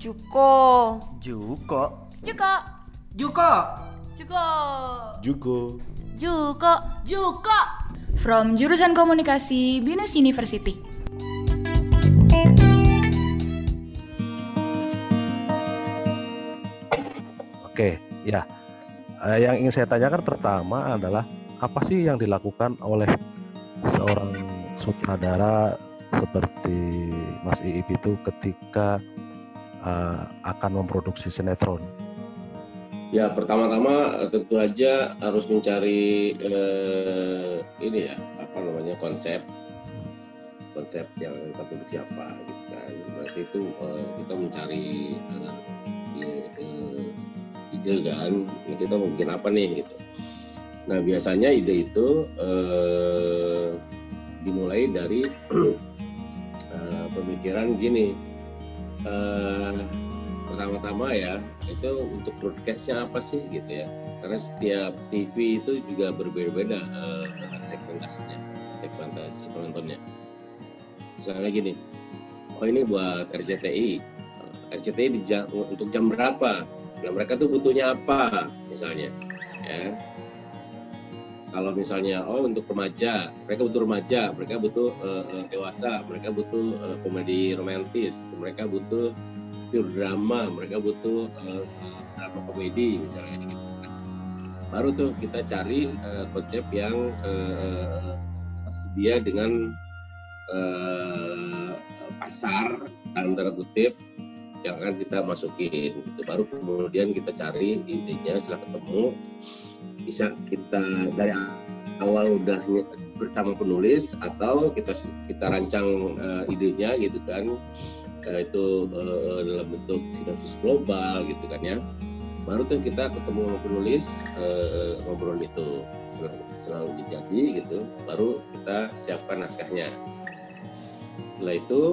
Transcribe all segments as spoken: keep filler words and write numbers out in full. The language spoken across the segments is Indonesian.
Juko. Juko. Juko. Juko. Juko. Juko. Juko. Juko. From jurusan Komunikasi Binus University. Oke, ya. Eh, yang ingin saya tanyakan pertama adalah apa sih yang dilakukan oleh seorang sutradara seperti Mas Iip itu ketika uh, akan memproduksi sinetron? Ya, pertama-tama tentu aja harus mencari eh, ini ya, apa namanya, konsep konsep yang kita produksi apa gitu kan. Berarti itu eh, kita mencari eh, ide, ide kan, kita mau bikin apa nih gitu. Nah, biasanya ide itu eh, dimulai dari eh, pemikiran gini. Eh, pertama-tama ya, itu untuk broadcastnya apa sih gitu ya, karena setiap T V itu juga berbeda-beda uh, segmentasinya, segmentasi penontonnya. Misalnya gini, oh ini buat R C T I, uh, R C T I di jam, untuk jam berapa, nah mereka tuh butuhnya apa misalnya ya. Kalau misalnya oh untuk remaja, mereka butuh remaja, mereka butuh uh, dewasa, mereka butuh uh, komedi romantis, mereka butuh pure drama, mereka butuh uh, drama komedi misalnya gitu. Baru tuh kita cari uh, konsep yang uh, sedia dengan uh, pasar dalam tanda kutip yang akan kita masukin gitu. Baru kemudian kita cari idenya, setelah ketemu bisa kita dari awal udah bersama penulis atau kita kita rancang uh, idenya gitu kan. Uh, itu uh, dalam bentuk sinopsis global gitu kan ya. Baru tuh kita ketemu sama penulis, uh, ngobrol itu selalu, selalu jadi gitu. Baru kita siapkan naskahnya. Setelah itu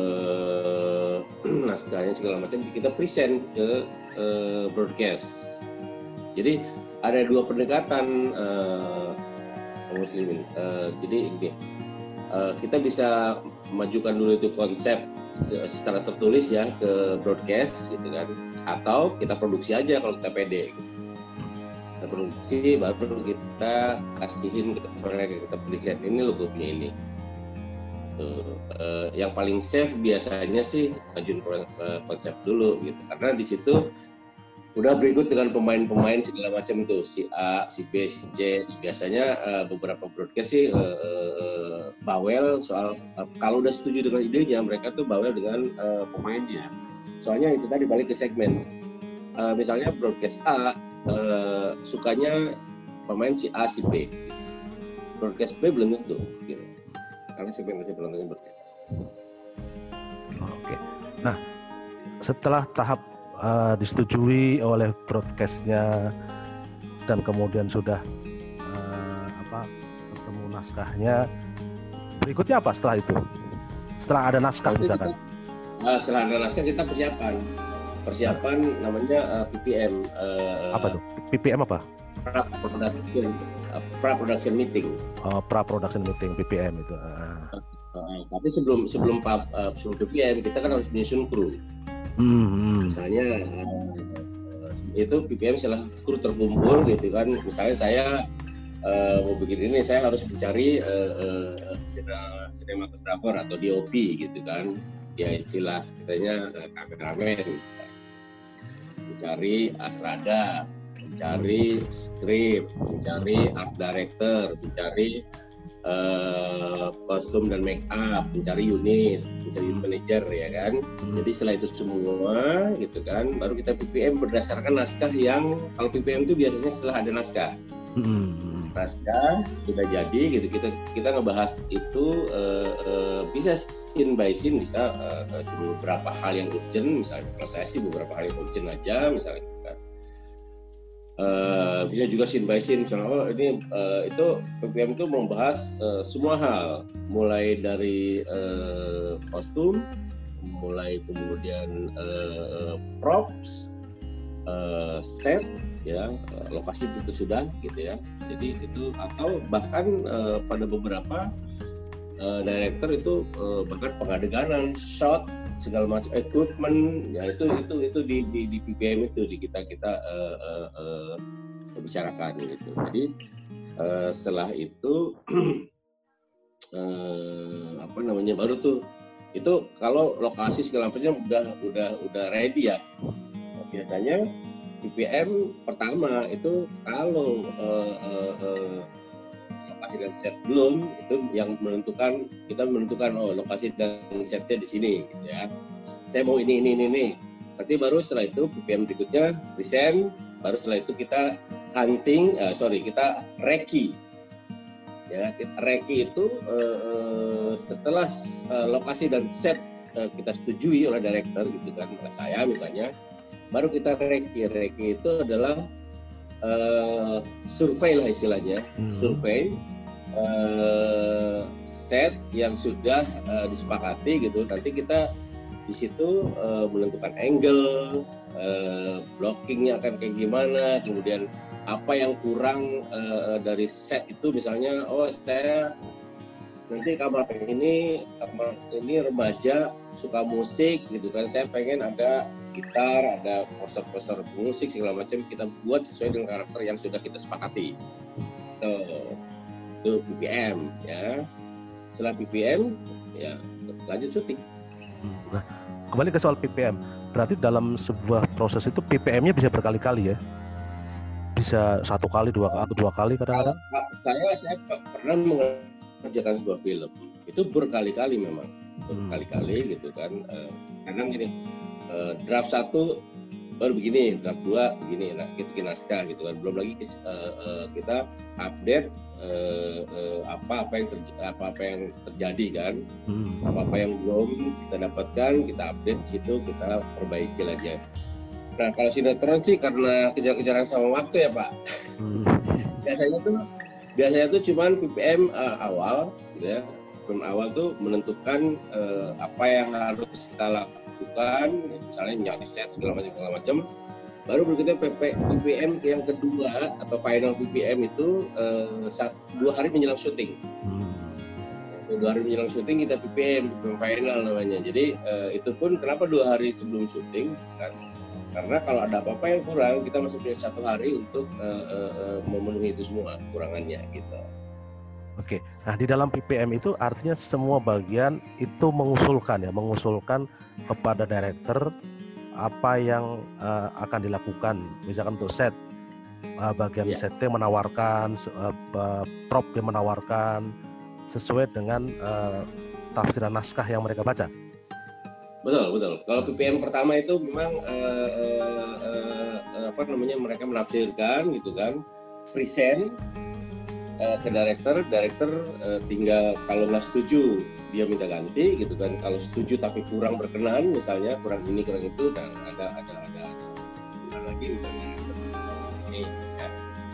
uh, naskahnya segala macam kita present ke uh, broadcast. Jadi ada dua pendekatan uh, muslimin. Uh, jadi ini uh, kita bisa memajukan dulu itu konsep secara tertulis ya ke broadcast gitu kan, atau kita produksi aja kalau kita pede gitu. Kita produksi baru kita kasihin ke mereka, kita belikan ini logo punya ini. Tuh, eh, yang paling safe biasanya sih majuin konsep dulu gitu, karena di situ udah berikut dengan pemain-pemain segala macam tuh, si A, si B, si C. Biasanya uh, beberapa broadcast sih uh, uh, bawel soal uh, kalau udah setuju dengan idenya, mereka tuh bawel dengan uh, pemainnya. Soalnya itu tadi balik ke segmen. Uh, misalnya broadcast A uh, sukanya pemain si A, si B. Gitu. Broadcast B belum tentu, gitu. Karena segmentasi penontonnya berbeda. Oke. Nah, setelah tahap Uh, disetujui oleh broadcastnya dan kemudian sudah uh, apa ketemu naskahnya, berikutnya apa setelah itu? Setelah ada naskah Nanti misalkan? Kita, uh, setelah ada naskah kita persiapan, persiapan nah. namanya uh, P P M. Uh, apa tuh? P P M apa? Pra production, uh, pra production meeting. Oh, pra production meeting P P M itu. Uh. Uh, uh, tapi sebelum sebelum uh, sebelum P P M kita kan harus menyusun kru. Hmm. Misalnya uh, itu P P M setelah kru terkumpul gitu kan, misalnya saya uh, mau bikin ini, saya harus mencari uh, uh, sinematografer atau D O P gitu kan, ya istilah kitanya uh, kameramen, mencari asrada, mencari skrip, mencari art director, mencari Uh, kostum dan make up, mencari unit, mencari unit manager ya kan. Hmm. Jadi setelah itu semua gitu kan, baru kita P P M berdasarkan naskah yang, kalau P P M itu biasanya setelah ada naskah. Hmm. Naskah sudah jadi gitu, kita kita ngebahas itu uh, uh, bisa scene by scene, bisa uh, beberapa hal yang urgent, misalnya kalau saya sih beberapa hal yang urgent aja misalnya. Uh, bisa juga scene by scene, misalnya oh ini uh, itu P P M itu membahas uh, semua hal, mulai dari uh, kostum, mulai kemudian uh, props, uh, set, ya uh, lokasi itu sudah gitu ya. Jadi itu, atau bahkan uh, pada beberapa uh, director itu uh, bahkan pengadeganan shot segala macam equipment, ya itu itu itu di di, di P P M itu di kita kita uh, uh, uh, bicarakan gitu. Jadi uh, setelah itu uh, apa namanya baru tuh itu kalau lokasi segala macam udah udah udah ready ya. Nah, biasanya P P M pertama itu kalau uh, uh, uh, lokasi dan set belum, itu yang menentukan, kita menentukan oh lokasi dan setnya di sini gitu ya. Saya mau ini ini ini ini. Nanti baru setelah itu P P M berikutnya present, baru setelah itu kita hunting, uh, sorry kita reki. Ya, kita reki itu uh, setelah uh, lokasi dan set uh, kita setujui oleh director gitu kan, oleh saya misalnya, baru kita reki. Reki itu adalah uh, survei lah istilahnya, hmm. survei uh, set yang sudah uh, disepakati gitu. Nanti kita di situ uh, menentukan angle, uh, blockingnya akan kayak gimana, kemudian apa yang kurang uh, dari set itu, misalnya oh saya nanti kamar ini kamar ini remaja suka musik gitu kan, saya pengen ada gitar, ada poster-poster musik segala macam, kita buat sesuai dengan karakter yang sudah kita sepakati. Tuh, itu P P M ya. Setelah P P M ya lanjut syuting. Nah, kembali ke soal P P M, berarti dalam sebuah proses itu P P M-nya bisa berkali-kali ya? Bisa satu kali, dua kali, atau dua kali kadang-kadang? Saya saya pernah mengerjakan sebuah film itu berkali-kali memang, berkali-kali gitu kan. Uh, kadang gini, uh, draft satu baru begini, draft dua begini, nah kita bikin naskah gitu kan. Belum lagi uh, uh, kita update uh, uh, apa apa yang terjadi, apa apa yang terjadi kan, hmm. apa apa yang belum kita dapatkan kita update di situ, kita perbaiki lagi. Nah kalau sinetron sih karena kejar-kejaran sama waktu ya Pak. Hmm. biasanya tuh biasanya tuh cuman P P M uh, awal, gitu ya. P P M awal tuh menentukan uh, apa yang harus kita lakukan, misalnya nyari set segala macam segala macam. Baru berikutnya P P M yang kedua atau final P P M itu uh, satu, dua hari menjelang syuting. Hmm. Dua hari menjelang syuting kita P P M, P P M final namanya. Jadi uh, itu pun kenapa dua hari sebelum syuting kan? Karena kalau ada apa-apa yang kurang, kita masih punya satu hari untuk uh, uh, memenuhi itu semua kurangannya gitu. Oke, nah di dalam P P M itu artinya semua bagian itu mengusulkan ya, mengusulkan kepada director apa yang uh, akan dilakukan. Misalkan untuk set, uh, bagian yeah. setting menawarkan, uh, prop dia menawarkan sesuai dengan uh, tafsiran naskah yang mereka baca. Betul, betul. Kalau P P M pertama itu memang uh, uh, uh, apa namanya mereka menafsirkan gitu kan, present uh, ke director, director uh, tinggal kalau nggak setuju dia minta ganti gitu kan. Kalau setuju tapi kurang berkenan, misalnya kurang ini kurang itu, dan ada ada ada ada lagi misalnya ini ya.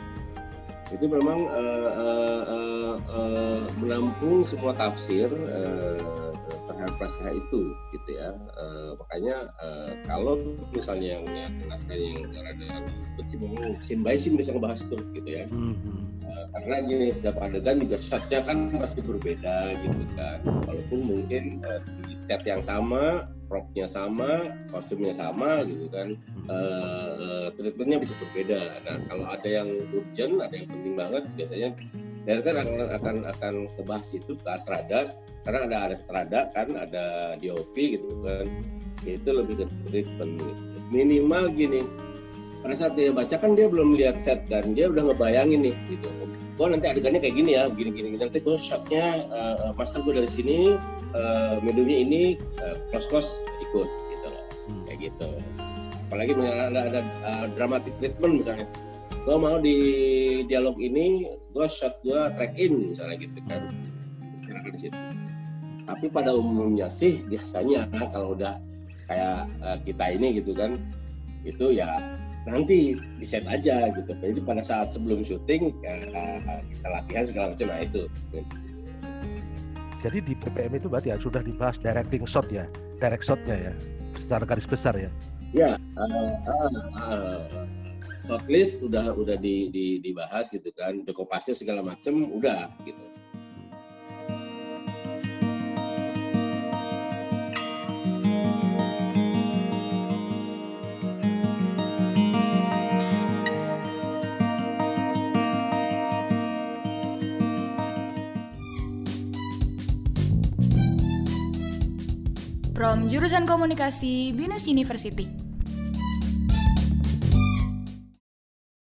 Itu memang uh, uh, uh, uh, menampung semua tafsir uh, terhadap naskah itu gitu ya. Uh, makanya uh, kalau misalnya yang naskah yang rada ribet sih mau scene by scene bisa ngebahas tuh gitu ya. Mm-hmm. Uh, karena gini, setiap adegan juga shotnya kan pasti berbeda gitu kan. Walaupun mungkin uh, di set yang sama, propnya sama, kostumnya sama gitu kan, uh, uh, treatmentnya bisa berbeda. Nah kalau ada yang urgent, ada yang penting banget, biasanya director akan akan akan ngebahas itu ke Astrada, karena ada ada Astrada kan, ada D O P gitu kan, itu lebih ke treatment. Minimal gini, pada saat dia baca kan dia belum lihat set dan dia udah ngebayangin nih gitu. Gua nanti adegannya kayak gini ya, begini gini, nanti gua shotnya uh, master gua dari sini, uh, mediumnya ini, uh, close close ikut gitu loh, kayak gitu. Apalagi misalnya ada, ada uh, dramatic treatment misalnya. Gue mau di dialog ini, gue shot gue track in misalnya gitu kan, kira-kira di situ. Tapi pada umumnya sih biasanya kalau udah kayak uh, kita ini gitu kan, itu ya nanti di set aja gitu. Jadi pada saat sebelum syuting ya, kita latihan segala macam, nah itu. Jadi di P P M itu berarti ya sudah dibahas directing shot ya, direct shotnya ya, secara garis besar ya. Ya. Uh, uh, uh, shortlist udah udah di, di, dibahas gitu kan, dekopasi segala macam udah gitu. from jurusan Komunikasi Binus University.